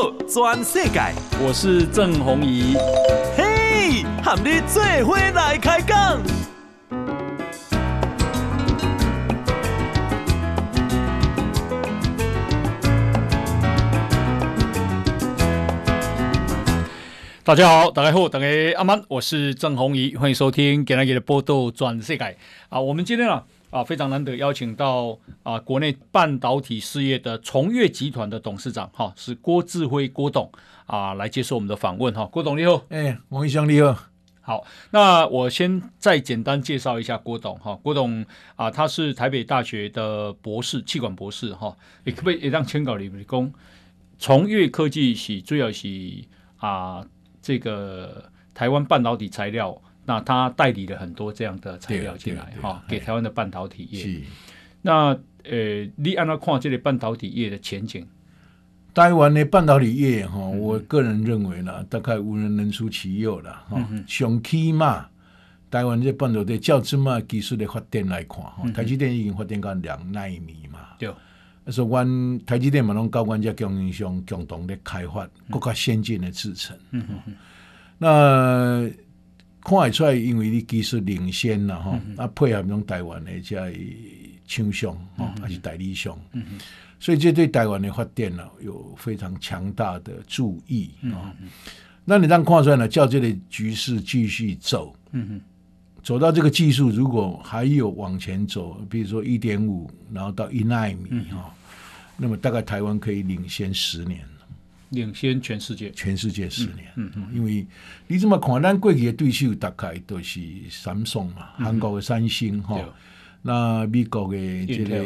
道全世界。 我是郑弘仪。 嘿，和你做伙来开讲。 大家好，大家好，大家阿曼，我是郑弘仪，欢迎收听今天的报道全世界啊。我们今天非常难得邀请到国内半导体事业的崇越集团的董事长是郭志辉郭董来接受我们的访问郭董你好。 王医生你好。 好，那我先再简单介绍一下郭董郭董他是台北大学的博士，气管博士也可不可以让签稿里面讲崇越科技是主要是这个台湾半导体材料，那他代理了很多这样的材料进来给台湾的半导体业。那你按照看这个半导体业的前景？ 台湾的半导体业我个人认为啦，大概无人能出其右啦上起码台湾这半导体较这么技术的发展来看台积电已经发展到2奈米嘛。 对。 所以阮台积电嘛，拢交阮这供应商共同咧开发更加先进的制程。那看得出来，因为你技术领先啦配合种台湾的这厂商还是代理商，所以这对台湾的发展有非常强大的注意那你让看出来呢，叫这个局势继续走。走到这个技术，如果还有往前走，比如说 1.5 然后到1奈米那么大概台湾可以领先10年， 领先全世界 10年。因为你这么看，咱过去的对手大概都是Samsung嘛，韩国的三星那美国的这个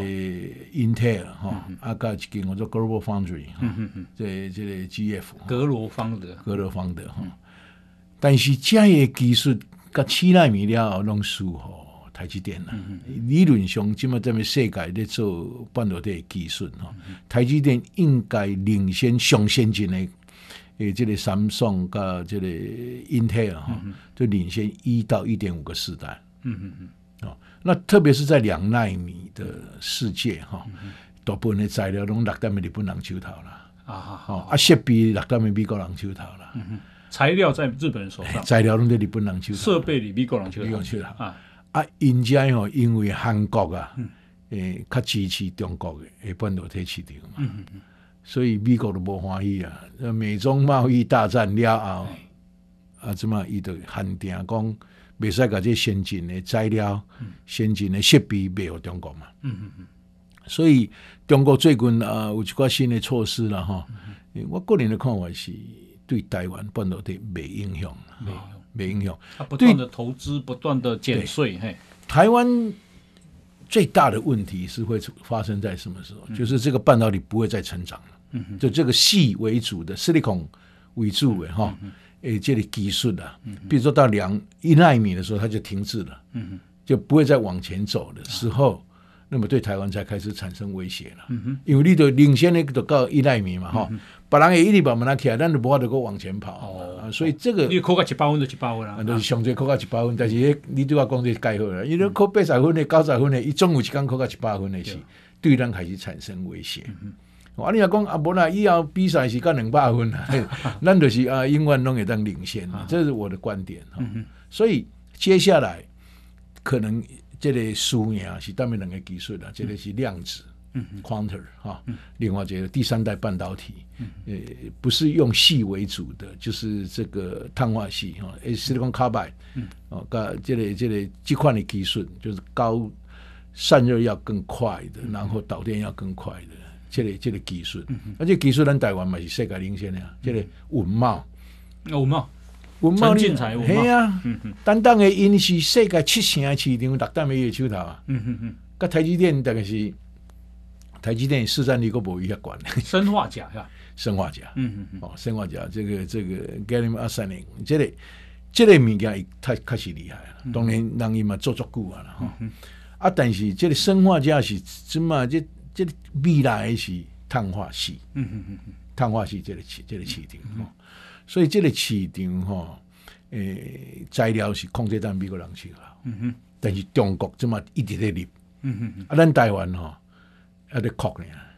Intel 加一间叫做 Global Foundry 这个 GF 格罗方德但是这些技术到7奈米了后拢输台积电理论上现在在世界在做半导体的技术台积电应该领先上先进的这个 Samsung 跟这个 Intel 就领先1到 1.5 个世代。那特别是在2奈米的世界大部分的材料都落在日本人手头啦设备落在美国人手头啦材料在日本人手上， 材料都在日本人手上， 设备里美国人手上因家因为韩国较支持中国的半导体市场嘛所以美国都不欢喜美中贸易大战了后这么他就限定讲不使把这先进的材料先进的设备卖给中国嘛所以中国最近有一些新的措施啦我个人的看法是对台湾半导体没影响他不断的投资不断的减税台湾最大的问题是会发生在什么时候就是这个半导体不会再成长了就这个矽为主的 silicon 为主的这个技术比如说到1奈米的时候它就停滞了就不会再往前走的时候那么对台湾才开始产生威胁了因为你就领先的就到1奈米嘛别人也一直把门起来咱就没法度往前跑所以这个你考到100分就100分啦就是上最考到100分但是你对我讲这介好了因为考80分的90分的他总有一天考到100分的是对咱开始产生威胁你若讲没啦以后比赛是到200分咱就是永远都会当领先这是我的观点所以接下来可能这个输赢是他们两个技术这个是量子Quantum 另外这个第3代半导体不是用矽为主的就是这个碳化矽Silicon Carbide 这款的技术就是高散热要更快的然后导电要更快的这个技术而且技术咱台湾嘛是世界领先的这个文茂陈进财单单的因是世界7成的市场落在美国手头跟台积电大概是台积电市占率还没他管砷化钾是吧？ 砷化钾砷化钾这个 gallium arsenide 这个物件太开始厉害了当然人伊嘛做足久了但是这个砷化钾是怎么这未来是碳化矽碳化矽这个市场所以这个市场材料是控制在美国人手头但是中国怎么一直在入咱台湾还在哭呢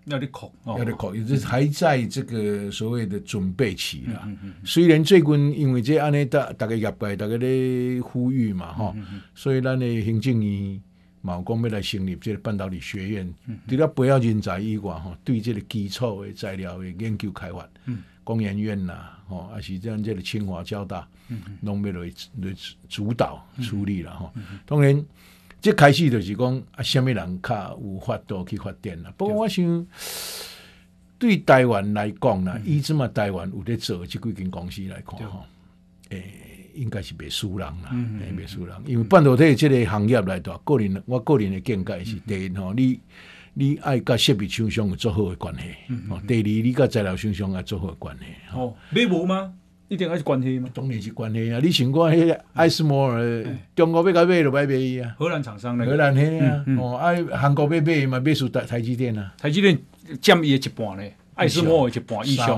要你考， 要得考，就是还在这个所谓的准备期啦。虽然最近因为这安尼大家业界大家咧呼吁嘛，哈，所以咱的行政院嘛有讲要来成立这个半导体学院，除了培养人才以外，哈，对这个基础的材料的研究开发，工研院啦，吼，还是这样这个清华交大，拢要来主导处理啦，哈。当然，这开始就是讲什么人较有法度去发展啦。不过我想，对台湾来讲啦，以即嘛台湾有咧做这几间公司来看，吼，应该是袂输人啦，袂输人。因为半导体这个行业来讲，我个人的见解是：第一吼，你爱甲设备厂商有做好的关系；第二，你甲材料厂商也做好的关系。 哦，买无吗？一定还是关系吗？ 当然是关系啊！你想看迄艾斯摩尔，中国要甲买就买伊啊， 荷兰厂商荷兰迄啊，韩国要买嘛，买输台积电啊， 台积电占伊的一半咧。艾斯摩尔一半以上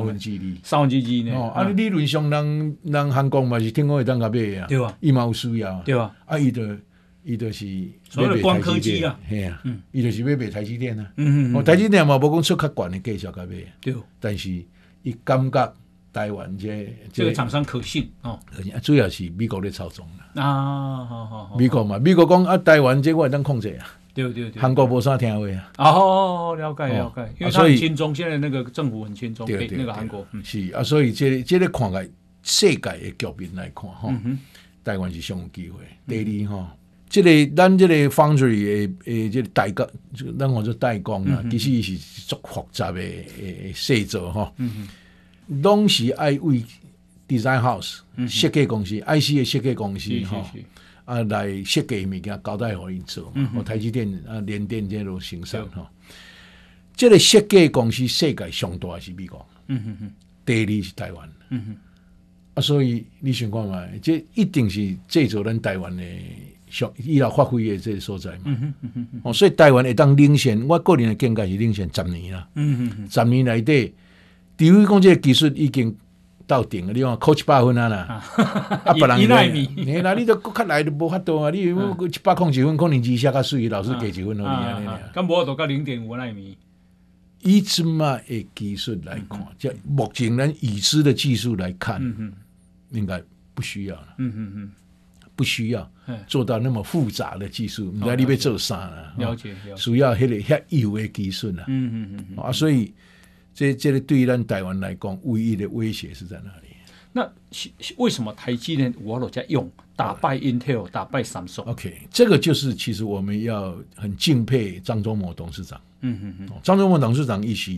，2/3呢？ 哦，理论上人韩国嘛是听讲会当甲买啊， 对啊， 伊嘛有需要， 对啊， 伊就是所谓的光科技啊， 系啊，伊就是要买台积电啊，台积电嘛无讲出较悬的价钱甲买， 对， 但是伊感觉台湾这个厂商可信哦， 主要是美国咧操纵啦，好， 美国讲台湾这我会当控制啊。 对， 韩国无啥听话啊。哦，了解，因为他很亲中，现在那个政府很亲中，对那个韩国是啊，所以这个看来世界的局面来看哈，台湾是上有机会。第二哈，这个咱这个 foundry 的这个代工，咱讲做代工啊，其实是足复杂的制作哈，拢是爱为 design house 设计公司 IC 的设计公司哈。来设计物件交代互因做嘛，台积电联电这都生产哈。这个设计公司世界上大是美国，第二是台湾，所以你想看嘛，这一定是制造咱台湾的以后发挥的这个所在嘛。所以台湾会当领先，我个人的见解是领先10年啦。10年内底，除非讲这个技术已经到顶了，你看考100分啊啦， 别人1奈米， 你都较来都无法度啊！你100控1分，可能技术较水，老师给1分互你安尼尔。 咁无都到0.5奈米。 以即嘛的技术来看，就目前咱已知的技术来看，应该不需要了。不需要做到那么复杂的技术，唔知你要做啥啦？ 了解， 需要迄个遐有的技术啦。所以。这个对于咱台湾来讲，唯一的威胁是在哪里？ 那为什么台积电我都在用打败 Intel、打败 Samsung？ OK， 这个就是其实我们要很敬佩张忠谋董事长。张忠谋董事长伊是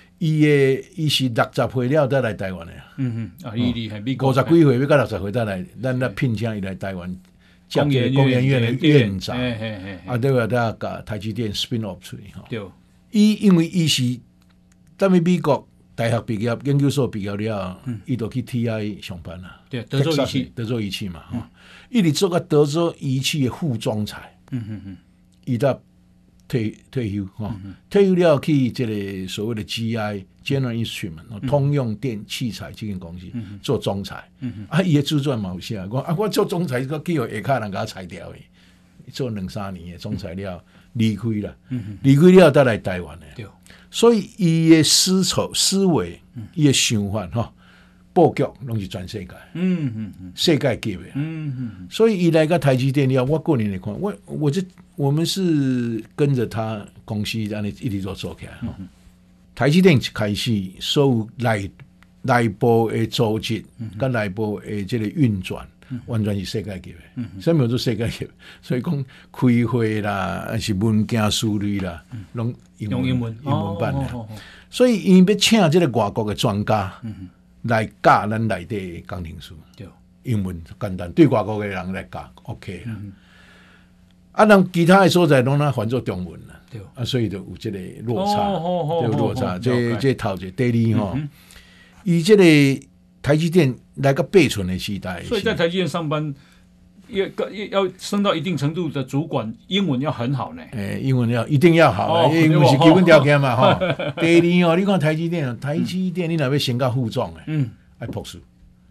60岁了再来台湾的。 伊厉害，50 几岁要到60岁再来，咱聘请伊来台湾，工研院的院长。对个，他甲台积电 spin off 出去。对，因为伊是。但是美国大学毕业、研究所毕业了，伊就去 TI 上班啦。 对，德州仪器嘛，伊直做个德州仪器的副总裁。伊到退休退休了去这个所谓的 GI General Instrument 通用电器材这间公司做总裁。伊的自传嘛有写，讲我做总裁，个去有下骹人甲裁掉的，做2-3年的总裁了，离开了，离开了再来台湾的。所以伊的思维，伊的想法布局拢是全世界，世界级的，所以伊来个台积电了，我个人来看，我们是跟着他公司这样一直做起来。台积电开始所有内部的组织，跟内部的这个运转。完全是世界级的，什么叫做世界级？所以讲开会啦，还是文件书类啦，拢用英文版的。所以因要请这个外国的专家来教咱内底的工程师，英文简单，对外国的人来教 OK 啦。人其他的所在拢翻做中文啦，所以就有这个落差，有落差。这头一第二伊这个。台积电来个备存的时代， 所以在台积电上班要升到一定程度的主管，英文要很好呢。 英文一定要好，因为是基本条件嘛哈。第二你看台积电，你若要升到副总要博士。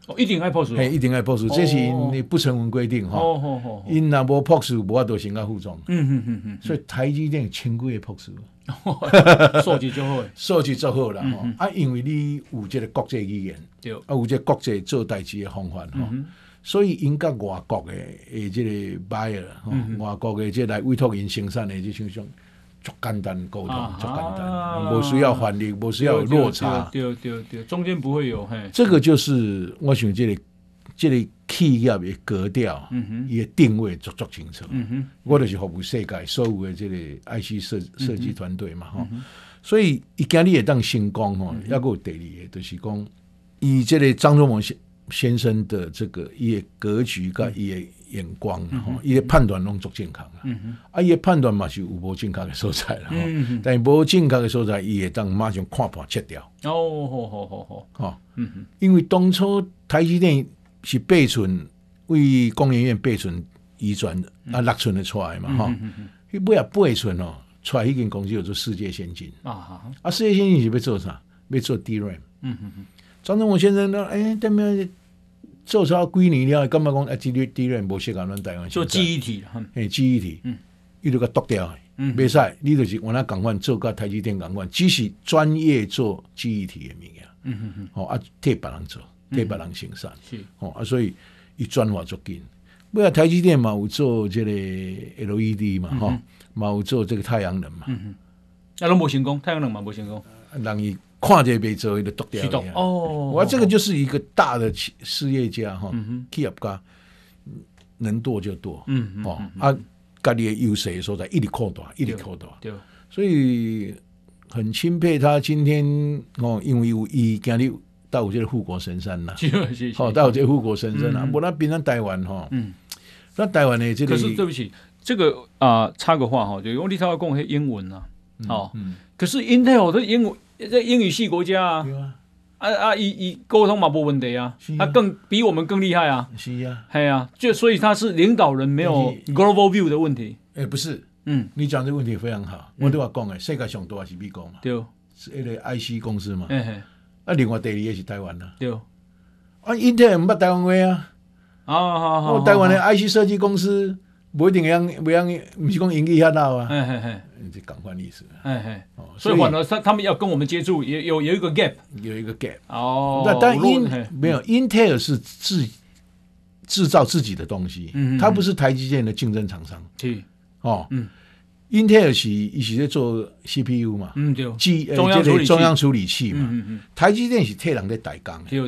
一定爱 POS， 一定爱 POS， 这是因不成文规定哈。因若无 POS， 无法度先甲附装。所以台积电千几个 POS， 数据就好， 数据做好啦。因为你有这个国际语言，有这个国际做代志的方法所以因甲外国的这个 buyer，外国的这来委托因生产的这种。足简单沟通，足简单，无需要翻译，无需要有落差， 对，中间不会有。 这个就是我想这个企业的格调，伊的定位足清楚。我就是服务世界所有的这个 IC 设计团队嘛，所以伊今日会当成功吼，还有第二个就是讲，以这个张忠谋先生的这个伊的格局甲伊的眼光，伊的判断拢足健康伊的判断嘛是有无正确的所在啦，但是无正确的所在，伊会当马上看破切掉。好，因为当初台积电是8寸为工研院8寸移转6寸的出来嘛，伊尾啊8寸出来，迄间公司叫做世界先进世界先进是要做啥？要做 DRAM。张忠谋先生呢？但咩？做出几年了，感觉讲这个 DRAM 无适合咱台湾做记忆体， 记忆体，伊就甲剁掉，袂使，你就是原来共款做甲台积电共款，只是专业做记忆体的物件，替别人做，替别人生产，所以伊转化足紧。尾啊，台积电嘛有做这个 LED 嘛，嘛有做这个太阳能嘛， 拢无成功，太阳能嘛无成功， 人伊。看这没做，就剁掉了。我这个就是一个大的事业家企业家能剁就剁。家己的优势所在一直扩大，一直扩大。所以很钦佩他今天因为有伊今日到有这个护国神山啦，到有这个护国神山啦。无那平常台湾那台湾的这个， 可是对不起，这个插个话就用你头讲迄英文啊，可是 Intel 的英文。在英语系国家以沟通嘛没问题啊，他更比我们更厉害啊， 是啊， 系啊，就所以他是领导人没有 global view 的问题， 不是，你讲这个问题非常好，我都话讲世界上多是美国嘛，对，是那个 IC 公司嘛，另外第二个是台湾啦，对，Intel 唔捌台湾话啊，台湾的 IC 设计公司。不一定不是讲英语遐闹啊，这共款意思。 所以反而他们要跟我们接触，有一个 gap， 有一个 gap。 但没有 Intel 是制造自己的东西，它不是台积电的竞争厂商。Intel 是在做 CPU 嘛，中央处理器嘛，台积电是替人在代工。 对。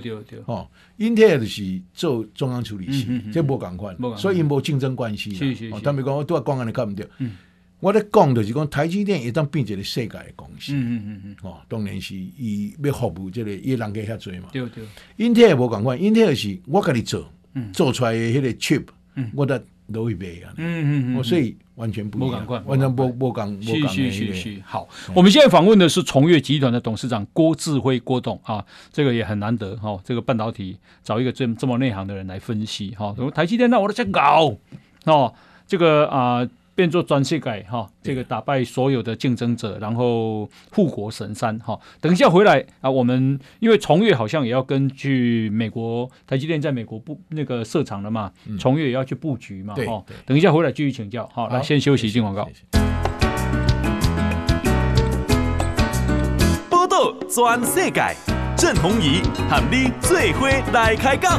Intel 是做中央处理器，这无共款，所以因无竞争关系。他们讲我都讲安尼看唔对，我咧讲就是讲台积电会当变一个世界的公司。当然是伊要服务这个伊人家遐多嘛。对。Intel 无共款 ，Intel 是我家己做出来的迄个 chip，我得都会卖啊。所以完全不一样，完全不讲。 好，我们现在访问的是崇越集团的董事长郭志辉郭董啊，这个也很难得哈，这个半导体找一个这么内行的人来分析哈。台积电那我都在搞这个变做全世界这个打败所有的竞争者，然后护国神山等一下回来我们因为崇越好像也要根据美国台积电在美国那个设厂了嘛，崇越也要去布局嘛等一下回来继续请教。好，来先休息进广告。 报道全世界，郑鸿仪和你做伙来开讲。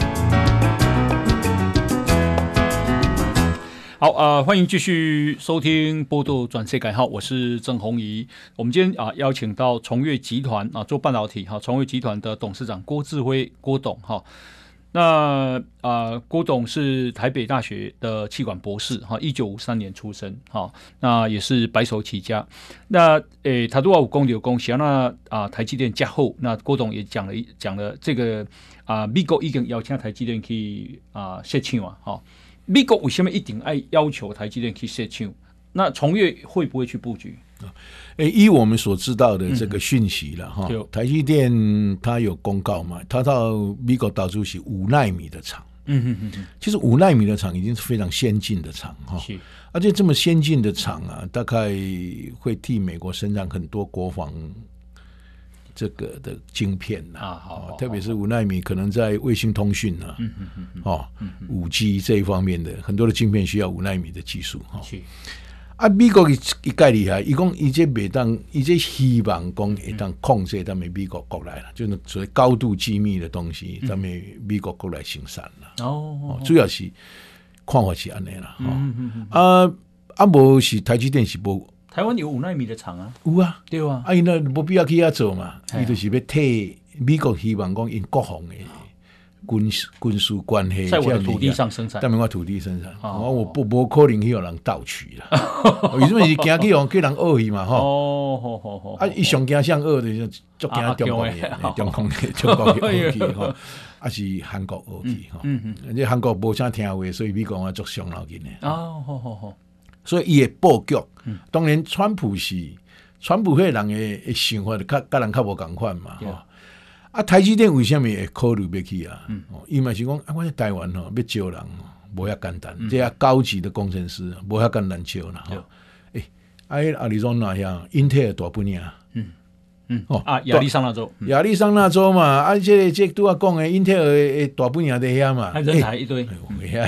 好欢迎继续收听波多转世界号，我是郑鸿仪。我们今天邀请到崇越集团做半导体崇越集团的董事长郭志辉郭董那郭董是台北大学的企管博士1953年出生那也是白手起家。那他都有讲到讲是那台积电加后，那郭董也讲了这个美国已经邀请台积电去设厂美国为什么一定要求台积电去设厂？那崇越会不会去布局？ 依我们所知道的这个讯息了台积电它有公告嘛，它到美国投资是5奈米的厂。其实5奈米的厂已经是非常先进的厂而且这么先进的厂大概会替美国生产很多国防这个的晶片啦， 好， 特别是5奈米，可能在卫星通讯啊，5G 这一方面的很多的晶片需要5奈米的技术哈。美国伊介厉害，伊讲伊这袂当，伊这希望讲会当控制咱们美国国内啦，就是所谓高度机密的东西，咱们美国国内生产啦。主要是看法是安尼啦。无是台积电是无。 台湾有5奈米的厂啊， 有啊， 对啊， 伊那无必要去遐做嘛，伊就是要替美国希望讲因国防的军事关系， 在我的土地上生产， 在我土地生产，我无可能去有人盗取啦，为什么是惊去用去人恶去嘛吼？伊上惊向恶的，足惊中国的，中国的恶去吼，是韩国恶去吼，这韩国无啥听话，所以美国我足伤脑筋的。好。所以伊的布局，当然川普迄人的想法，甲人较无共款嘛。台积电为什么会考虑要去啊？伊嘛是讲，我在台湾要招人，无遐简单，这高级的工程师无遐简单招啦。阿里桑那遐，英特尔大本营。 亚利桑那州嘛，这拄仔讲的英特尔的大本营在遐嘛， 人才一堆。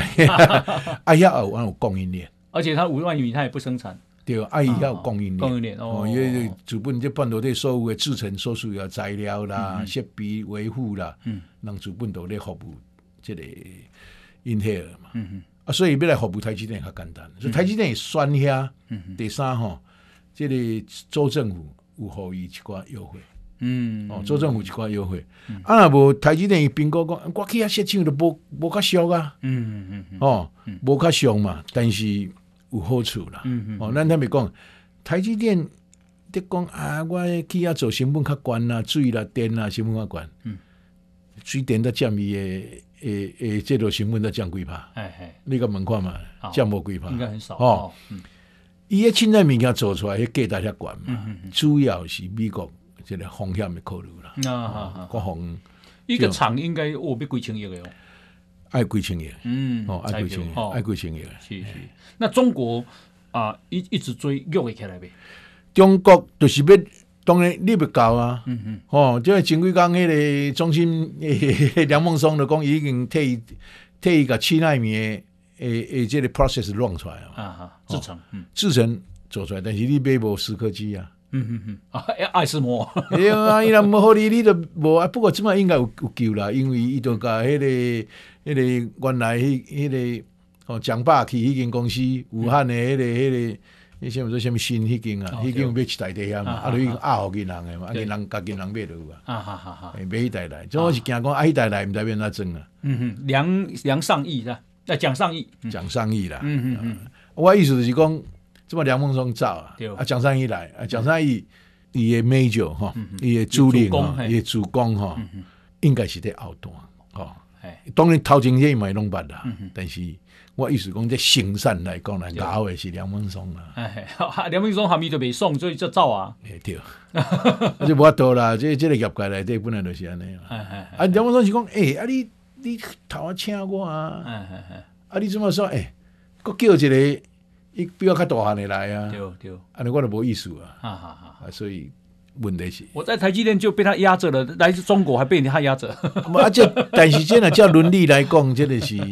遐有供应链。 而且它5万米它也不生产， 对，伊遐有供应链哦， 因为主本这半导体所有的制程所需要材料啦、设备维护啦，人主本都咧服务这个英特尔嘛，所以要来服务台积电较简单，所以台积电选遐，第三吼，这个州政府有互伊一寡优惠。州政府一寡优惠，若无台积电伊评估讲，我去遐设厂都无较俗啊，无较俗嘛，但是有好处啦。咱特别讲，台积电得讲我去遐做成本较悬啦，水啦、电啦成本较悬，水电都占伊的这个成本都降几趴，你个问看嘛，降无几趴， 应该很少伊个凊彩物件做出来，迄价值较悬嘛，主要是美国。这个风险的考虑啦，国防一个厂应该要几千亿的哦， 爱几千亿， 爱几千亿， 是。那中国一直追约会起来呗？ 中国就是要，当然你不够啊，这前几天迄个中心梁孟松就讲已经替伊个7奈米的这个 process 弄出来啊，制程做出来，但是你买无思科技啊。 爱斯摩， 对啊，伊若无好你就无啊。不过即摆应该有救啦，因为伊就甲迄个原来迄个蒋爸去迄间公司，武汉的迄个什么新迄间啊，迄间买一台地遐嘛，就已经互银行的嘛，银行甲银行买落啊，买迄台来，所以我是惊讲迄台来毋知变哪装啊。 梁上亿啦，蒋上亿啦。我意思就是讲。这么梁孟松走蒋尚义来蒋尚义伊的 major 哈，伊的主力哈，伊的主攻哈，应该是在后段当然头前这嘛弄捌啦，但是我意思讲，在生产来讲来搞的是梁孟松啦。 梁孟松还没就袂爽，所以就走啊。 对，这无法度啦，这个业界内底本来就是安尼啦。梁孟松是讲，你头请我啊，你怎么说？佫叫一个。伊比较较大汉的来啊， 对， 安尼我就无意思啊，所以问题是， 我在台积电就被他压着了，来自中国还被他压着， 但是这叫伦理来讲，真的是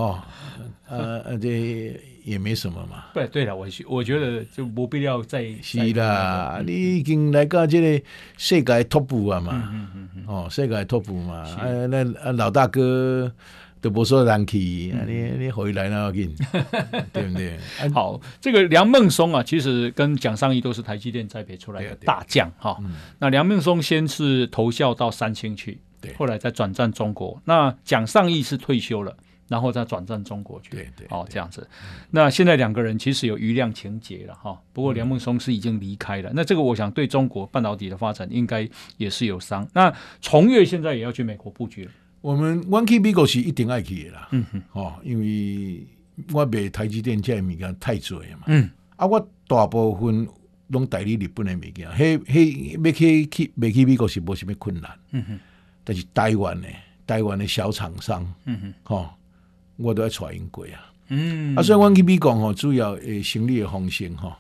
这也没什么嘛。 对了，我觉得就没必要再是啦，你已经来到这个世界 top 啊嘛，世界 top 嘛，那老大哥。都不说人去，你回来那要紧，对不对？ 好，这个梁孟松啊，其实跟蒋尚义都是台积电栽培出来的大将哈。那梁孟松先是投效到三星去，后来再转战中国。那蒋尚义是退休了，然后再转战中国去。 对， 这样子。那现在两个人其实有余量情节了哈。不过梁孟松是已经离开了，那这个我想对中国半导体的发展应该也是有伤。那崇越现在也要去美国布局了。 我去美国是一定爱去的啦，因为我卖台积电这物件太多了嘛，我大部分拢代理日本的物件，要去美国是无什么困难，但是台湾的小厂商，我都要带因过啊，所以我去美国主要生理的方式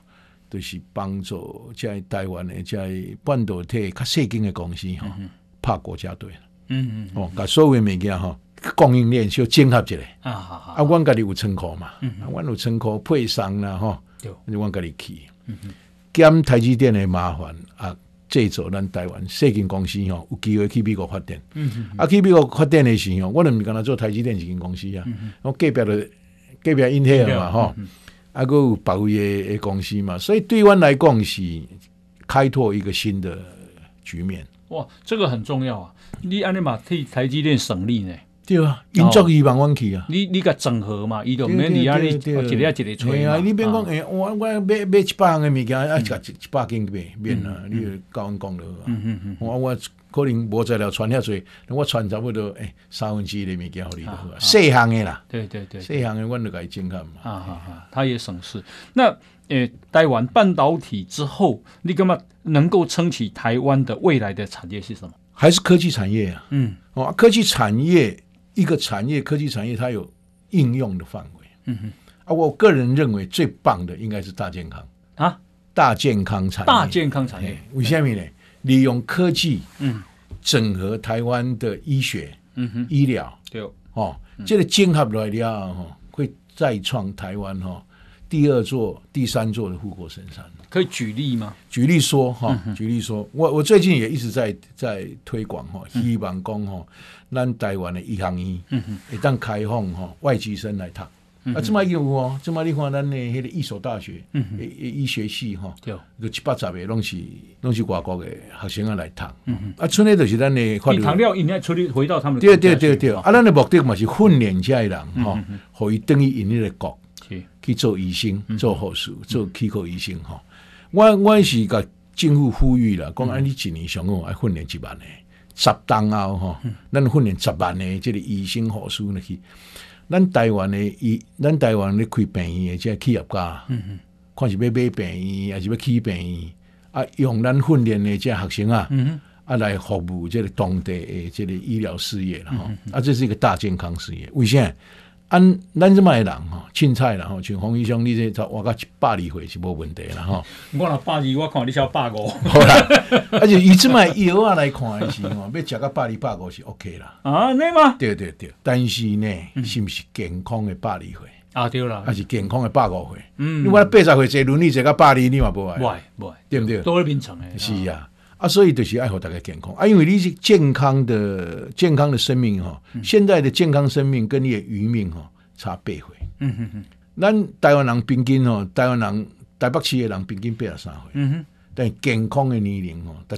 就是帮助在台湾的在半导体较细间的公司拍国家队。把所有的物件供应链就整合起来。阮家己有仓库嘛，阮有仓库配送啦，阮家己去。减台积电的麻烦制造咱台湾细间公司有机会去美国发展。去美国发展的时候，我毋是干那做台积电一间公司啊，我隔壁英特尔嘛，还有别位的公司嘛，所以对阮来讲是开拓一个新的局面。 哇，这个很重要啊！你安尼嘛替台积电省力呢？ 对啊，因足希望阮去啊。 你甲整合嘛，伊就免你安尼一个一个吹嘛。 你别讲我买100项的物件，甲100斤买免啦，你就甲阮讲了。我可能无材料传遐济，我传差不多1/3的物件互你就好啊。细项的啦， 对， 细项的阮就甲伊整合嘛。他也省事。那台湾半导体之后，你干嘛能够撑起台湾的未来的产业是什么？ 还是科技产业啊。科技产业一个产业，科技产业它有应用的范围。我个人认为最棒的应该是大健康啊，大健康产业。 大健康产业为什么呢？利用科技整合台湾的医学医疗， 对这个整合来了会再创台湾第2座第3座的护国神山。 可以举例吗？ 举例说我最近也一直在推广希望讲咱台湾的医学院会当开放外籍生来读。这么有这么你看咱的迄个艺术大学医学系就780个拢是外国的学生来读。剩下就是咱的法律。 唐料应该回到他们的对。咱的目的嘛是训练这些人互伊等于因迄个国去做医生、做护士、做气科医生我是甲政府呼吁啦，讲你一年上要训练1万个，10当后咱训练10万个这个医生护士去。咱台湾咧开病院的这企业家，看是要买病院还是要起病院用咱训练的这学生来服务这个当地的这个医疗事业啦这是一个大健康事业。为啥？咱这卖人凊彩啦像洪医生你这活到120岁是无问题啦我若120，我看你才150。 好啦，而且以这卖药来看的是要食到120、150是 OK 啦。 那吗？ 对，但是呢，是不是健康的120岁？ 对啦， 还是健康的150岁？你我80岁坐轮椅坐到120，你嘛无爱？ 不， 对不对？ 都会变成的。 是啊。所以就是爱互大家健康因为你是健康的生命现在的健康生命跟你的余命差8岁。咱台湾人平均台北市的人平均83岁。但健康的年龄才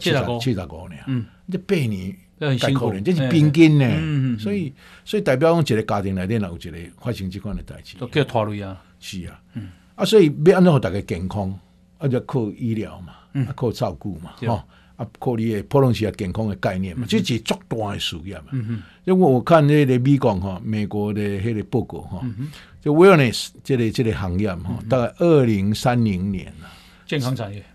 75年。这8年太可怜，这是平均呢。所以代表讲一个家庭内底有一个发生这款的代志， 都叫拖累啊。 是啊。所以要安怎互大家健康，就靠医疗嘛，靠照顾嘛，靠你的普通时健康的概念嘛，这是足大的事业嘛。因为我看那个美国的那个报告就 wellness 这个行业大概2030年健康产业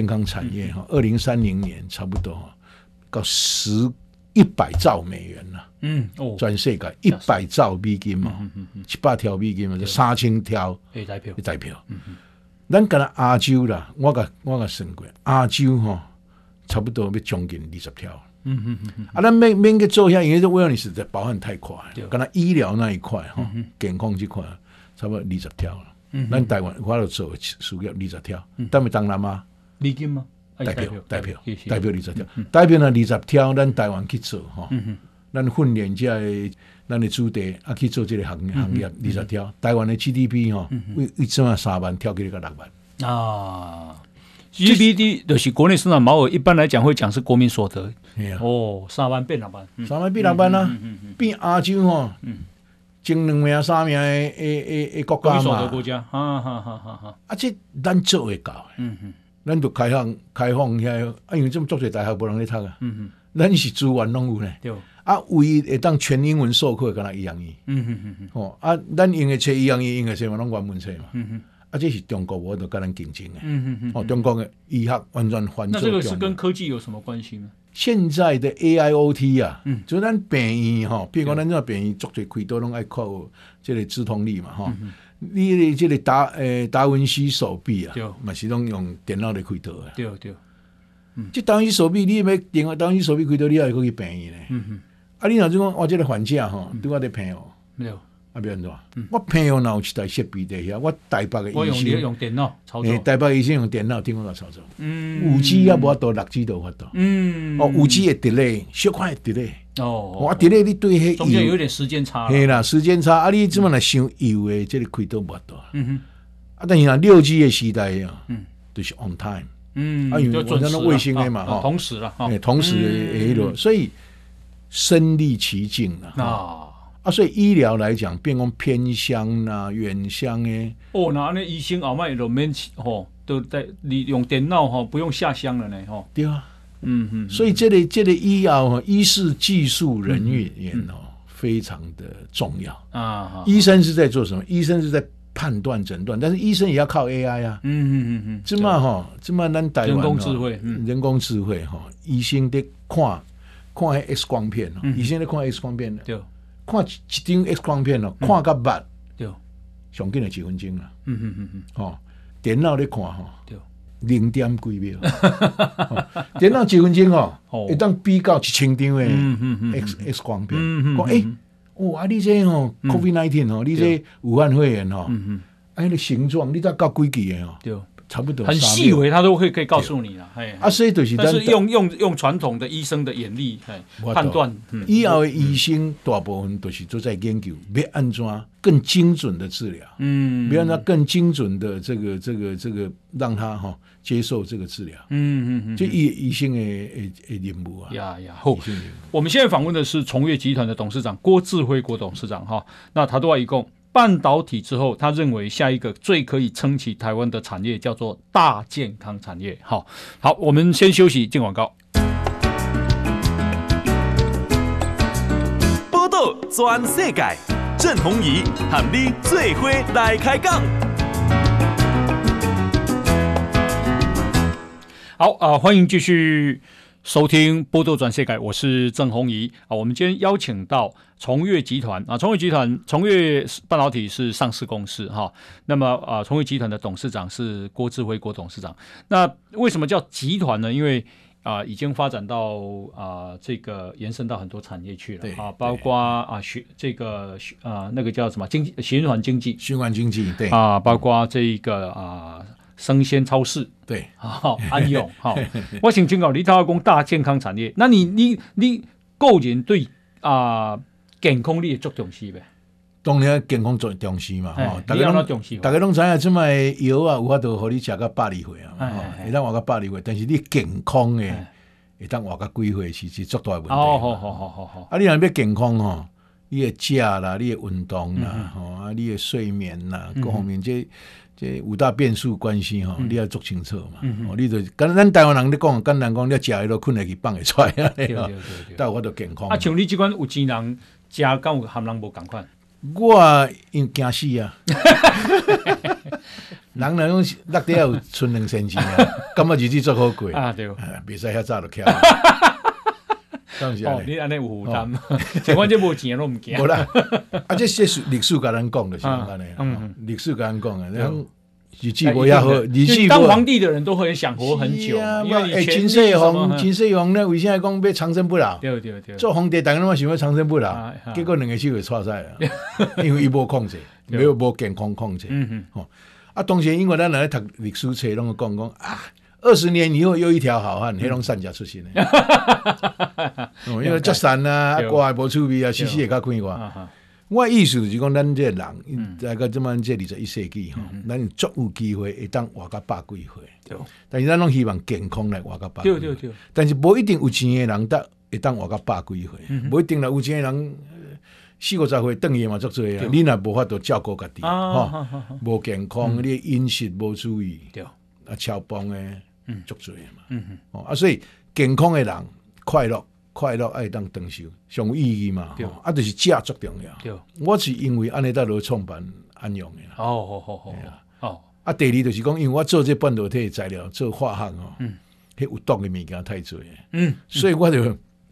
，2030年差不多到100兆美元啦。全世界100兆美金嘛，700条美金嘛，就3000条代表。咱干亚洲啦，我甲算过，亚洲差不多要将近20条。咱免去做下，因为这 wellness 的保养太快，干那医疗那一块健康这块差不多20条了。咱台湾我都做事业20条，但是当然嘛， 美金吗？ 代表20条，代表那20条，咱台湾去做咱训练咱的子弟去做这个行业20条，台湾的 GDP 为什么3万跳起来到6万 ？GDP 就是国内生产毛额，一般来讲会讲是国民所得。3万变6万 ，3万变6万啊，变亚洲前2名、3名的国家嘛， 所得国家这咱做会到咱就开放遐，因为这么足侪大学无人咧读咱是资源拢有呢。唯一会当全英文授课，敢若医学院。咱用的册医学院用的册嘛，拢原文册嘛。这是中国我都跟咱竞争的。中国的医学完全翻做。 那这个是跟科技有什么关系呢？ 现在的 AIoT 就咱病院比如讲咱这病院足侪开刀拢爱靠这个智通力嘛你这个达文西手臂啊对， 嘛是拢用电脑来开刀啊。 对对， 这达文西手臂，你要电达文西手臂开刀，你也会去病院呢。啊，你若就讲我这个患者吼，对我在朋友， 没有， 啊，不然怎？我朋友哪有一台设备在遐？我台北的我医生用电脑操作， 台北医生用电脑听我操作。5G 啊，无法度，6G 都有法度。5G 会 delay， 小可会 delay。我 delay 你对迄中间有点时间差。 嘿啦，时间差啊！你即么来想油的，这个开刀无法度。啊，但是若6G 的时代啊，就是 on time。啊，因为我那卫星的嘛，哈， 同时了， 同时的迄所以身历其境了。所以医疗来讲，变成偏乡啦、远乡诶。 那那医生后摆就免都在利用电脑不用下乡了呢， 对啊，所以这个医疗医事技术人员非常的重要啊。医生是在做什么？医生是在判断诊断，但是医生也要靠 AI 啊。这么咱台湾人工智慧， 医生在看 X 光片医生在看 X 光片对。 看一张 X 光片看到捌，上紧的几分钟啦。电脑咧看0点几秒，电脑几分钟会当比较1000张的 X 光片。讲你这COVID-19 你这武汉肺炎那个形状你才到几期的差不多很细微，他都可以告诉你啦。 所以就是但是用传统的医生的眼力判断， 以后的医生大部分都是都在研究要安怎更精准的治疗，要让他更精准的这个让他接受这个治疗，这医生的任务啊。 好，我们现在访问的是崇越集团的董事长郭志辉郭董事长哈，那他都要一共。半导体之后，他认为下一个最可以撑起台湾的产业叫做大健康产业。好，我们先休息，进广告。 报道全世界，郑鸿仪和你最伙来开讲。 好欢迎继续收听波多转世界，我是郑鸿仪我们今天邀请到崇越集团崇越半导体是上市公司那么崇越集团的董事长是郭志辉郭董事长。那为什么叫集团呢？因为已经发展到这个延伸到很多产业去了包括那个叫什么循环经济对包括这个生鲜超市对安永我想请教你讲大健康产业，那你个人对健康你也足重视呗？ 当然健康最重视嘛大家拢知影即卖药有法度互你食到120岁会当活到120岁，但是你健康的会当活到几岁是足大的问题。好你若要健康你的食啦，你的运动啦你的睡眠啦各方面这五大变数关系你要做清楚嘛你就跟咱台湾人咧讲，简单讲，你食迄落困下去放会出来但我都健康像你这款有钱人食敢有含人无同款？ 我因惊死人若讲落地有存2仙钱感觉日子足好过对袂使遐早就起你安尼有负担像我这无钱都唔惊无啦这历史甲咱讲就是安尼历史甲咱讲日子无遐好，日子当皇帝的人都很想活很久因为秦始皇呢为啥讲要长生不老？对做皇帝大家拢想要长生不老结果2个手就错赛了因为伊无控制无健康控制当时因为咱来读历史册拢讲20年以后又一条好汉，迄拢善家出身的因为足善歌也无趣味死会较快活我意思就是讲咱这个人大概这么这21世纪咱足有机会会当活到100几岁但是咱拢希望健康来活到100几岁但是无一定有钱的人会当活到100几岁无一定啦有钱的人40-50岁转去嘛足多你若无法度照顾家己无健康你饮食无注意超磅的足多嘛所以健康的人快乐爱当长寿上有意义嘛就是食足重要我是因为安尼才落创办安永的第二就是讲因为我做这半导体材料做化学迄有毒的物件太多所以我就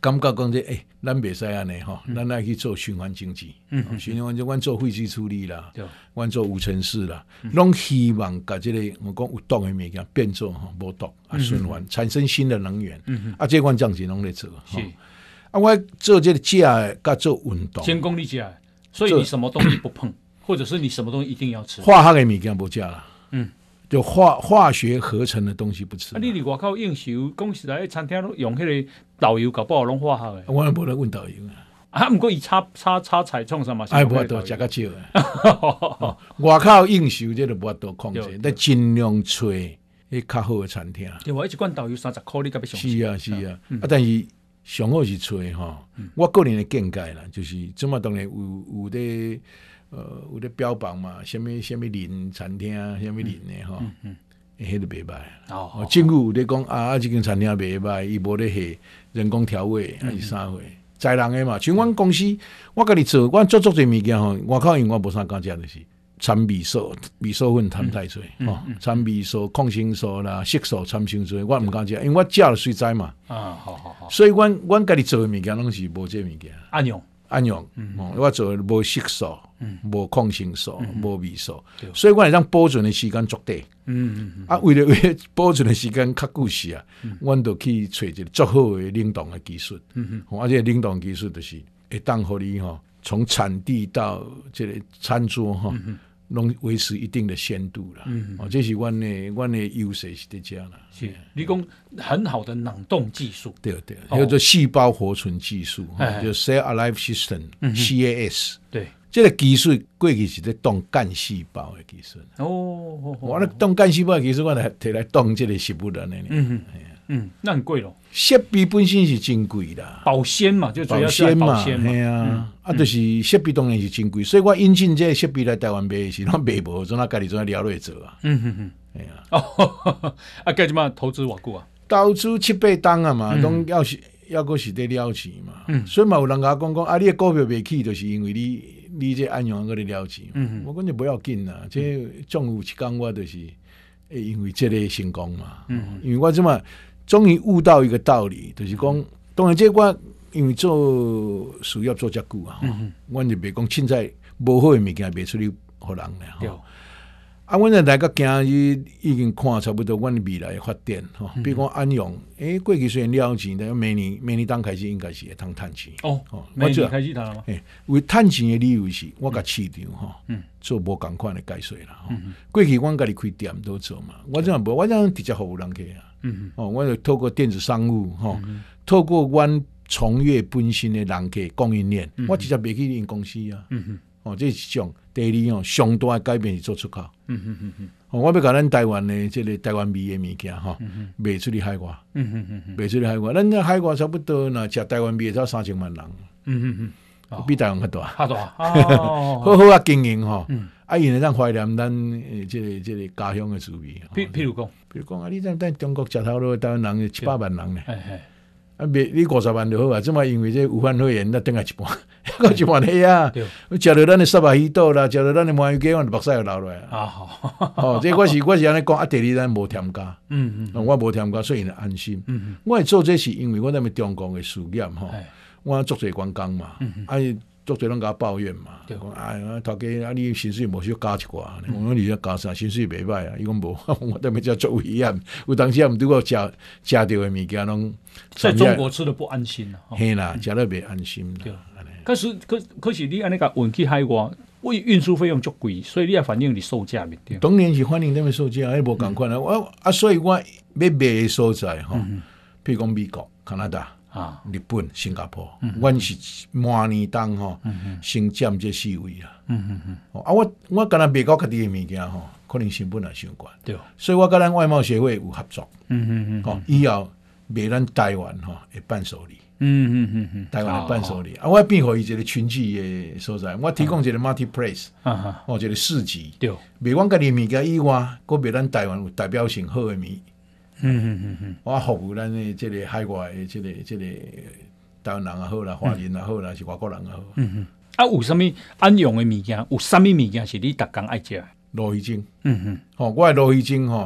感觉讲这咱袂使安尼吼，咱爱去做循环经济。循环就阮做废气处理啦，阮做无尘室啦，拢希望把这个我讲有毒的物件变做无毒啊，循环产生新的能源。啊，这阮这样子拢在做。是啊，我做这个假甲做运动， 先讲你假，所以你什么东西不碰，或者是你什么东西一定要吃。 化学的物件不食啦。就化学合成的东西不吃。 啊，你伫外口应酬，讲实在，餐厅拢用迄个导游，搞不好拢化学的。 我也无咧问导游啊。不过伊炒菜创啥嘛？ 哎，无法度食较少的。外口应酬这就无法度控制，但尽量找迄较好的餐厅。 对，我一罐导游30块，你甲要上？ 是啊，是啊。啊，但是上好是找吼，我个人的见解啦，就是这么当然有咧。有咧标榜嘛，什么林餐厅，什么林的吼，迄都袂歹。政府有咧讲啊，这间餐厅袂歹，伊无咧下人工调味还是啥货，在人的嘛。像阮公司，我家己做，我做侪物件吼，外口因我无啥敢食，就是掺味素粉掺太多，掺味素、抗生素啦、色素掺伤多，我毋敢食，因为我食了随知嘛。啊，好。所以阮家己做的物件拢是无这物件。安用，我做无色素，无抗生素，无味素，所以我会让保存的时间足短。啊，为了保存的时间较久时啊，阮就去找一个足好的冷冻的技术。而且冷冻技术就是会当互你从产地到这个餐桌拢维持一定的鲜度啦。这是阮的优势是在这啦。 是，你讲很好的冷冻技术， 对，叫做细胞活存技术，就 Cell Alive System，CAS。对，这个技术过去是在冻干细胞的技术。我那冻干细胞的技术，我摕来冻这个食物的那很贵咯。 设备本身是真贵啦， 保鲜嘛，就主要是保鲜嘛， 系啊，就是设备当然是真贵，所以我引进这个设备来台湾卖是，咱卖无，怎啊家己怎啊了落做啊？系啊。 啊，该怎么投资偌久啊？ 投资7-8档啊嘛，拢要个是得了钱嘛。所以嘛有人甲讲啊，你的股票袂起，就是因为你这安阳个咧了钱。我讲就不要紧啦，这总有一天我就是因为这个成功嘛。因为我怎么终于悟到一个道理，就是讲，当然这我因为做事业做遮久啊，我就袂讲凊彩无好的物件卖出去互人咧。啊，阮来到今日已经看差不多，阮未来的发展吼，比如讲安阳，过去虽然了钱，但明年当开始应该是会通趁钱。 明年开始谈了吗？ 为趁钱的理由是，我甲市场做无共款的解说啦。过去阮家己开店都做嘛，我这样无，我这样直接服务人客啊。我就透过电子商务透过阮从业本身的人客供应链，我直接卖去因公司啊。这是一种。第二上大的改变是做出口。我要甲咱台湾的这个台湾味的物件卖出去海外。卖出去海外，咱在海外差不多若食台湾味才3000万人。比台湾较大。 较大。 好好啊经营啊，因为咱怀念咱这个家乡的滋味。 譬如讲啊，你在中国食头路，台湾人700万人呢。啊，别你50万就好啊！这么因为这武汉肺炎，那等下一半，还一半黑啊！食到咱的沙巴鱼肚啦，食到咱的鳗鱼鸡，我目屎就流落来啊！好，这我是安尼讲啊，第二咱无添加，我无添加，所以安心。我会做这是因为我在中国的事业我做侪员工嘛，做侪人甲我抱怨嘛，讲头家你薪水无少加一寡，我讲你要加啥？薪水袂歹啊！伊讲无，我踮要遮做危险，有当时也毋拄过食到的物件拢。 在中国吃的不安心啊！ 嘿啦，食了袂安心。对， 可是你安尼甲运去海外，为运输费用足贵，所以你也反映你售价面对。 当然是反映咱的售价，无共款啊！所以我要卖的所在譬如讲美国、加拿大。日本、新加坡，阮是满年当先占这4位啊！我敢若卖到家己的物件可能成本也伤高。对，所以我甲咱外贸协会有合作。以后卖咱台湾的伴手礼。台湾的伴手礼我变互伊一个群聚的所在，我提供一个 marketplace，一个市集。对，卖阮家己的物件以外，搁卖咱台湾有代表性好的物。我服务咱的这个海外的这个台湾人也好啦，华人也好啦，是外国人也好。 有啥物安用的物件？有啥物物件是你逐工爱食？ 鲈鱼精。我的鲈鱼精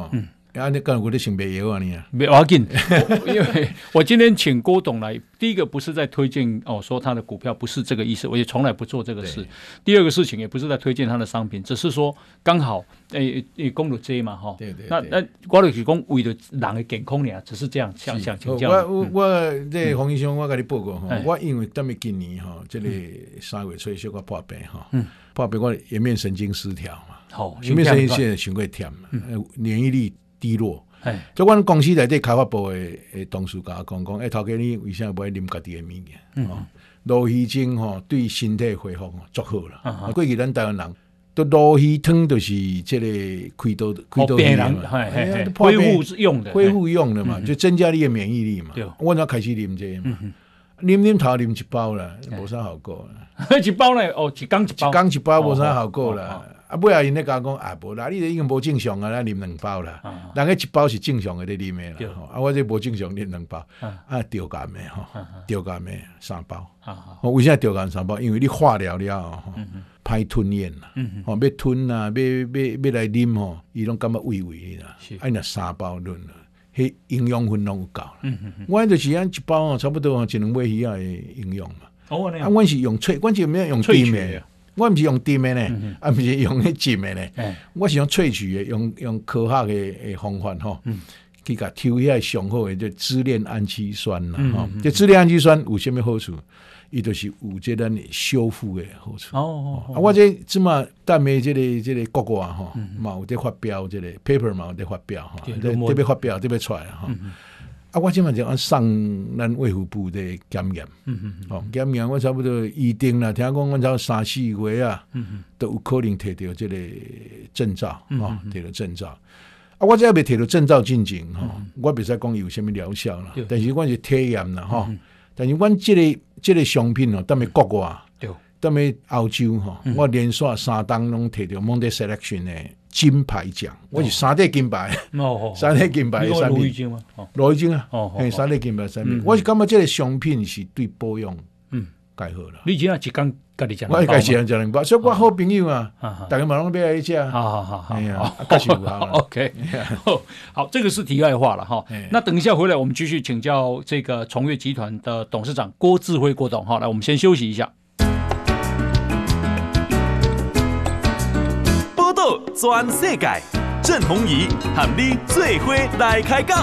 啊，你讲我的性别药啊你啊， 没要紧，因为我今天请郭董来，第一个不是在推荐说他的股票，不是这个意思，我也从来不做这个事。第二个事情也不是在推荐他的商品，只是说刚好公路 J 嘛哈。 对对。 那我就是讲为了人的健康呢，只是这样想请教。 我这黄医生，我跟你报告哈，我因为当面今年哈，这个3月初小可破病哈，破病我颜面神经失调嘛，颜面神经现在伤过忝嘛，免疫力低落，所以阮公司内底开发部的同事甲我讲，头家你为啥不爱啉家己的物件？鲈鱼精对身体恢复足好啦。过去咱台湾人都鲈鱼汤就是这个开刀病人恢复用的嘛，就增加你的免疫力嘛。我才开始啉这个嘛，啉头啉一包啦，无啥效果啦。 一包呢？一缸一包无啥效果啦。尾仔因咧甲我讲无啦，你已经无正常啊，咱啉2包啦。人个一包是正常的咧啉的啦，我这无正常啉2包，调减的调减的3包。为啥调减3包？因为你化疗了歹吞咽啦，要吞啊，要来啉伊拢感觉胃啦，那3包论啦，迄营养分拢有够啦。我就是按一包差不多1-2尾鱼仔的营养嘛。阮是用阮是没有用甜的。我毋是用甜的呢，毋是用迄浸的呢，我是用萃取的，用科学的方法去甲抽遐上好的这支链氨基酸啦，这支链氨基酸有啥物好处？伊就是有这咱修复的好处。我这即马但的这个国外嘛有在发表这个 paper 嘛有在发表特别发表特别出来我即马就按送咱卫福部的检验，检验我差不多预定啦，听讲我差3-4月啊，都有可能摕到这个证照，摕到证照。我这未摕到证照进前我袂使讲有啥物疗效啦，但是我是体验啦但是阮这个商品踮咧国外，踮咧澳洲我连续3档拢摕到 Monday Selection 的金牌奖，我是3块金牌，3块金牌的产品，鲈鱼精啊，3块金牌的产品，我是感觉这个商品是对保养介好啦。 你今仔一工家己食， 我家己食2包，所以我好朋友啊，大家嘛拢要来食。 好， 哎呀，确实有效啦。 OK， 好，这个是题外话了哈。那等一下回来，我们继续请教这个崇越集团的董事长郭志辉郭董哈。来，我们先休息一下。 报道全世界，郑鸿仪和你做伙来开讲。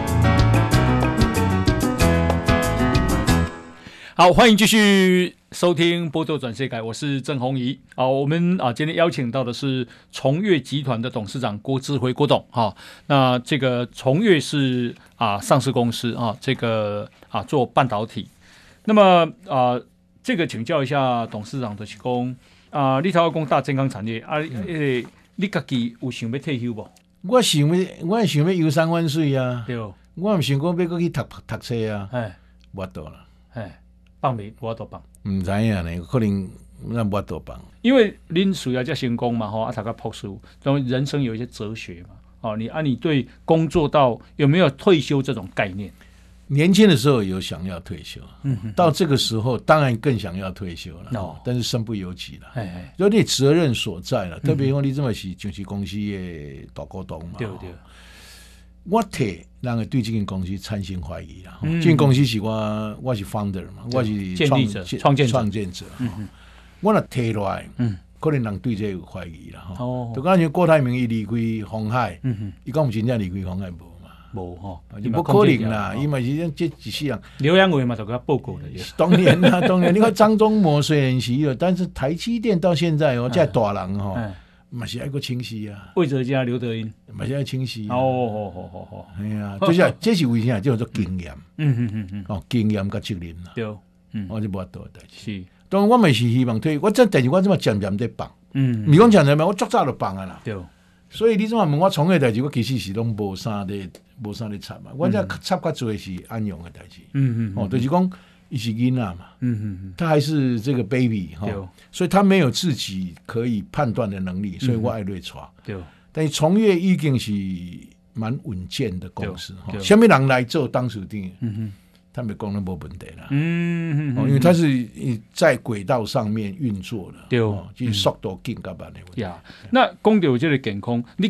好，欢迎继续收听波多转世界，我是郑鸿仪。我们今天邀请到的是崇越集团的董事长郭志辉郭董那这个崇越是上市公司这个做半导体。那么这个请教一下董事长，就是讲你头要讲大健康产业你自己有想要退休不？ 我想要游山玩水啊， 对， 我唔想讲要去读册啊，无多啦， 放没我都放， 唔知影呢，可能咱无多放。 因为恁事业才成功嘛，读个博士，然后人生有一些哲学嘛，你对工作到有没有退休这种概念？ 年轻的时候有想要退休，到这个时候当然更想要退休了，但是身不由己了，有点责任所在了。特别因为你这么是就是公司的大股东嘛， 对。 我替人个对这间公司产生怀疑啦。这间公司是我是 founder 嘛，我是建立者、创建者。 我若提落来，可能人对这有怀疑啦。就讲像郭台铭伊离开鸿海，伊讲真正离开鸿海无嘛？ 无不可能啦！伊嘛是这一世人。 刘扬伟嘛，就给他报告了。 当然啦，当然。你看张忠谋虽然是有，但是台积电到现在这大人嘛是爱个清晰啊， 魏哲家、刘德英嘛是爱清晰。 哎呀，就是这是为啥？叫做经验。经验甲责任啦。 对， 我就无多代志。 是， 当然我咪是希望退，但是我这么渐渐在放。你讲渐渐嘛，我足早就放啊啦。 对。 所以你这么问我从业代志，我其实是拢无啥咧插嘛。我这插较多是安阳的代志。就是讲。伊是囡仔嘛，他还是这个 baby 所以他没有自己可以判断的能力，所以我爱瑞传。但是崇越已经是蛮稳健的公司什么人来做董事长，他们讲都没问题啦。因为他是在轨道上面运作的，就是速度更加慢的问题。 那讲到这个健康，你感觉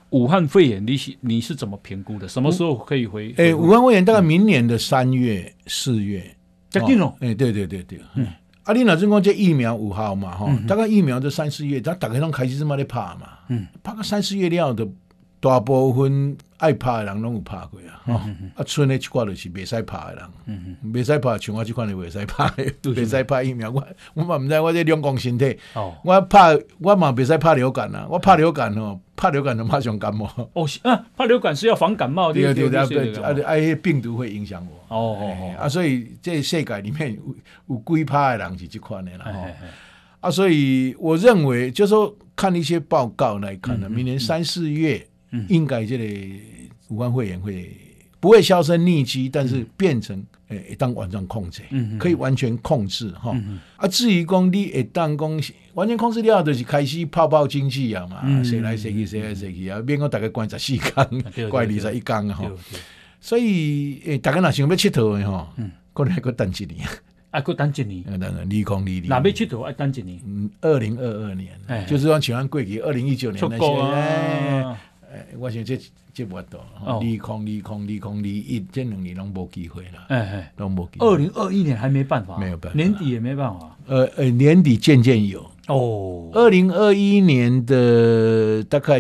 武汉肺炎你是怎么评估的？什么时候可以回？ 武汉肺炎大概明年的3月、4月， 这紧哦。 对，啊，你若真讲这疫苗有效嘛？大概疫苗在3、4月，大家拢开始这么在拍嘛，拍到3、4月了的，大部分爱拍的人拢有拍过啊，啊，剩的一寡就是袂使拍的人，袂使拍，像我这款就袂使拍，袂使拍疫苗，我嘛唔知，我这两公身体，我嘛袂使拍流感啊，我拍流感就马上感冒。 怕流感是要防感冒的， 对，病毒会影响我。所以这世界里面有几趴的人是这款的啦。所以我认为，就说看一些报告来看呢，明年3、4月应该这个武汉肺炎会不会销声匿迹，但是变成当完全控制，可以完全控制哈。至于讲你当讲完全控制了，就是开始泡泡经济啊嘛，谁来谁去啊，免讲大概关14天，关21天哈。所以大家若想要佚佗的哈，可能还要等1年。 还等1年 ，2020， 哪要佚佗要等1年 ？2022年，就是讲像过去2019年那些，我想这无多，2021这2年拢无机会了，拢无机会。 2021年还没办法， 没有办法， 年底也没办法。 年底渐渐有2021年的大概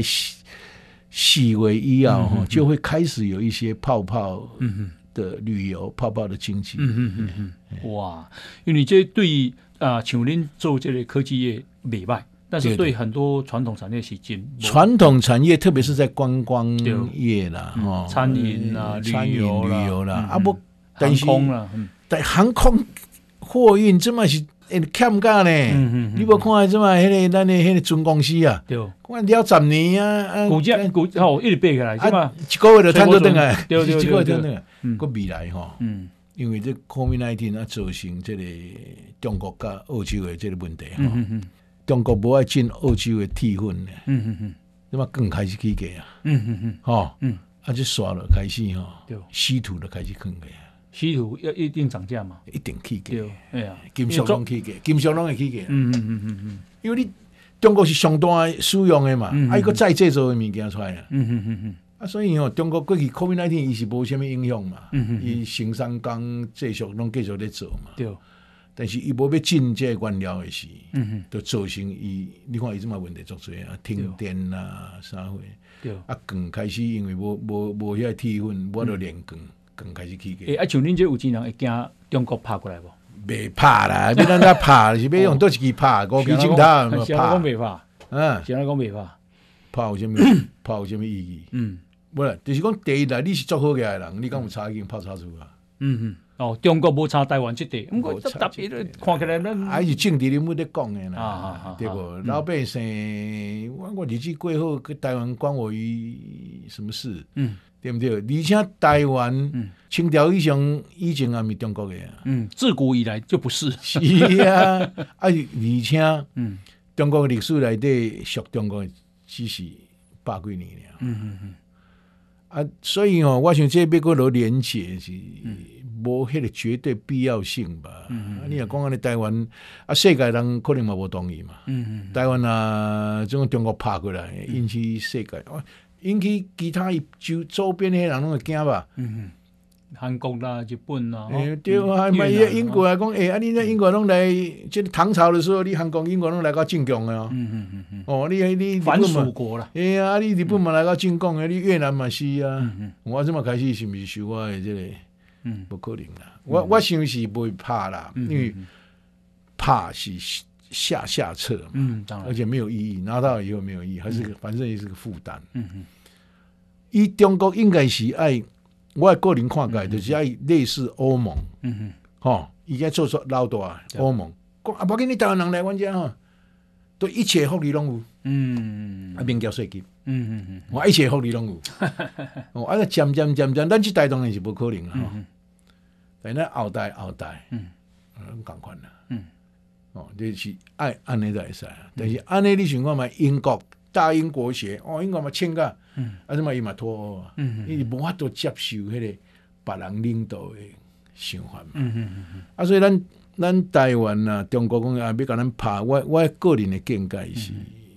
4月1号就会开始有一些泡泡的旅游，泡泡的经济。 哇，因为你这对像恁做这个科技业袂歹。但是对很多传统产业是传统产业，特别是在观光业啦、 餐饮啦、旅游啦， 航空啦， 但航空货运这么是欠价呢。你无看这么咱的船公司啊， 对， 看了10年啊， 股价一直爬起来， 一个月就赚到回来， 对， 一个月赚回来。个未来因为这 COVID-19 造成这个中国跟澳洲的这个问题中国不爱进澳洲的铁粉呢，那么更开始起价啊，就刷了开始稀土的开始起价， 稀土要一定涨价嘛， 一定起价， 金属拢起价，金属拢会起价，因为你中国是上大使用的嘛，一个再制造的物件出来了，所以中国过去 COVID-19 伊是无什么影响嘛，伊生产工继续拢继续在做嘛，对。但是伊无要进这原料的时，就造成伊，你看伊这么问题足多啊，停电啊，啥货，更开始因为无遐铁粉，我就炼更开始起价。 像恁这有钱人会惊中国拍过来无？ 袂拍啦，要咱遐拍，是要用倒一支拍，5支镜头拍。 谁讲袂拍？谁讲袂拍？ 拍有什么意义？不啦，就是讲第一啦，你是做好个人，你敢有差已经拍差出啊？ 中国无差台湾这地，不过特别看起来咱还是政治人物在讲的啦，对不？老百姓，我日子过好，去台湾关我于什么事？对不对？而且台湾清朝以前也不是中国的自古以来就不是。 是啊，而且中国历史内底属中国只是100几年了。所以我想这要搁落连结是无迄个绝对必要性吧。你若讲安尼台湾世界人可能嘛无同意嘛。台湾这种中国拍过来，引起世界，引起其他周边的人拢会惊吧。 韩国啦、日本啦， 对啊，英国来讲，你那英国拢来，即唐朝的时候，你韩国、英国拢来到进贡的你反蜀国啦， 你日本嘛来到进贡的，你越南嘛是啊，我这么开始是不是受我的这个？不可能啦，我想是不会怕啦，因为怕是下策嘛，而且没有意义，拿到以后没有意义，还是反正也是个负担。以中国应该是爱。我个人看起来就是要类似欧盟，伊该做出老大欧盟，讲无紧你台湾人来阮遮对一切福利拢有，免交税金，我一切福利拢有，渐，咱这代当然是不可能啦，但咱后代，共款啦，就是爱安尼就会使，但是安尼你想看嘛，英国。大英国协英国嘛签个，什么伊嘛脱欧啊，伊无法度接受迄个别人领导的想法嘛。所以咱台湾啊，中国讲要甲咱拍，我个人的见解是，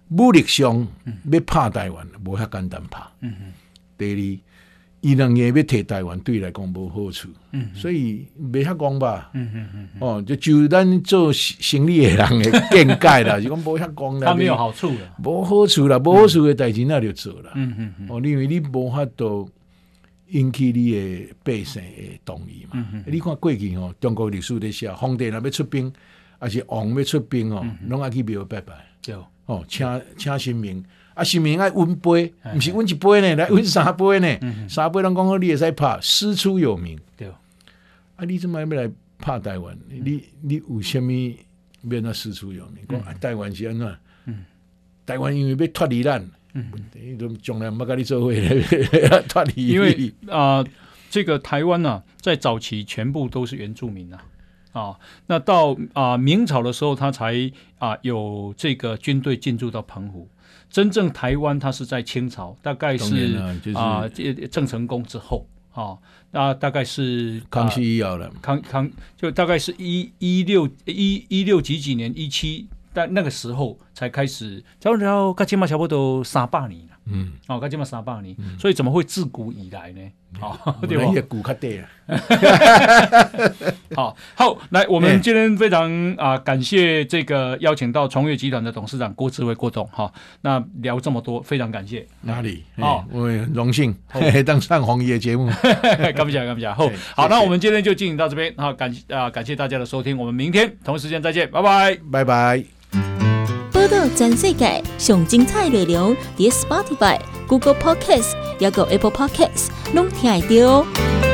武力上要拍台湾，无遐简单拍。第二，伊两个要摕台湾，对来讲无好处。所以袂遐讲吧。就咱做生意的人的见解啦，就讲无遐讲啦。 他没有好处啦， 无好处啦，无好处的代志那就做啦。因为你无法度引起你的百姓的同意嘛。你看过去中国历史在写，皇帝若要出兵，还是王要出兵拢爱去庙拜拜。 对。 请神明，神明爱温杯，不是温一杯呢，来温三杯呢，三杯人讲好，你会使拍，师出有名。对，你怎么要来拍台湾？你有什么要那师出有名？讲台湾是安怎？台湾因为要脱离咱，都从来没跟你做伙脱离。 因为这个台湾啊，在早期全部都是原住民啊。那到明朝的时候，他才有这个军队进驻到澎湖。真正台湾，它是在清朝，大概是郑成功之后大概是康熙以后了。 就大概是16几年17，但那个时候才开始，然后到现在差不多300年了。到现在300年，所以怎么会自古以来呢？对吧？ 古较短啊。好，来，我们今天非常感谢这个邀请到崇越集团的董事长郭志伟郭董那聊这么多，非常感谢。 哪里？我很荣幸当上红叶节目。 感谢。好，那我们今天就进行到这边感谢大家的收听，我们明天同一时间再见，拜拜， 拜拜。 报道全世界上精彩内容，伫 Spotify、Google Podcast 也有 Apple Podcast， 拢听得到。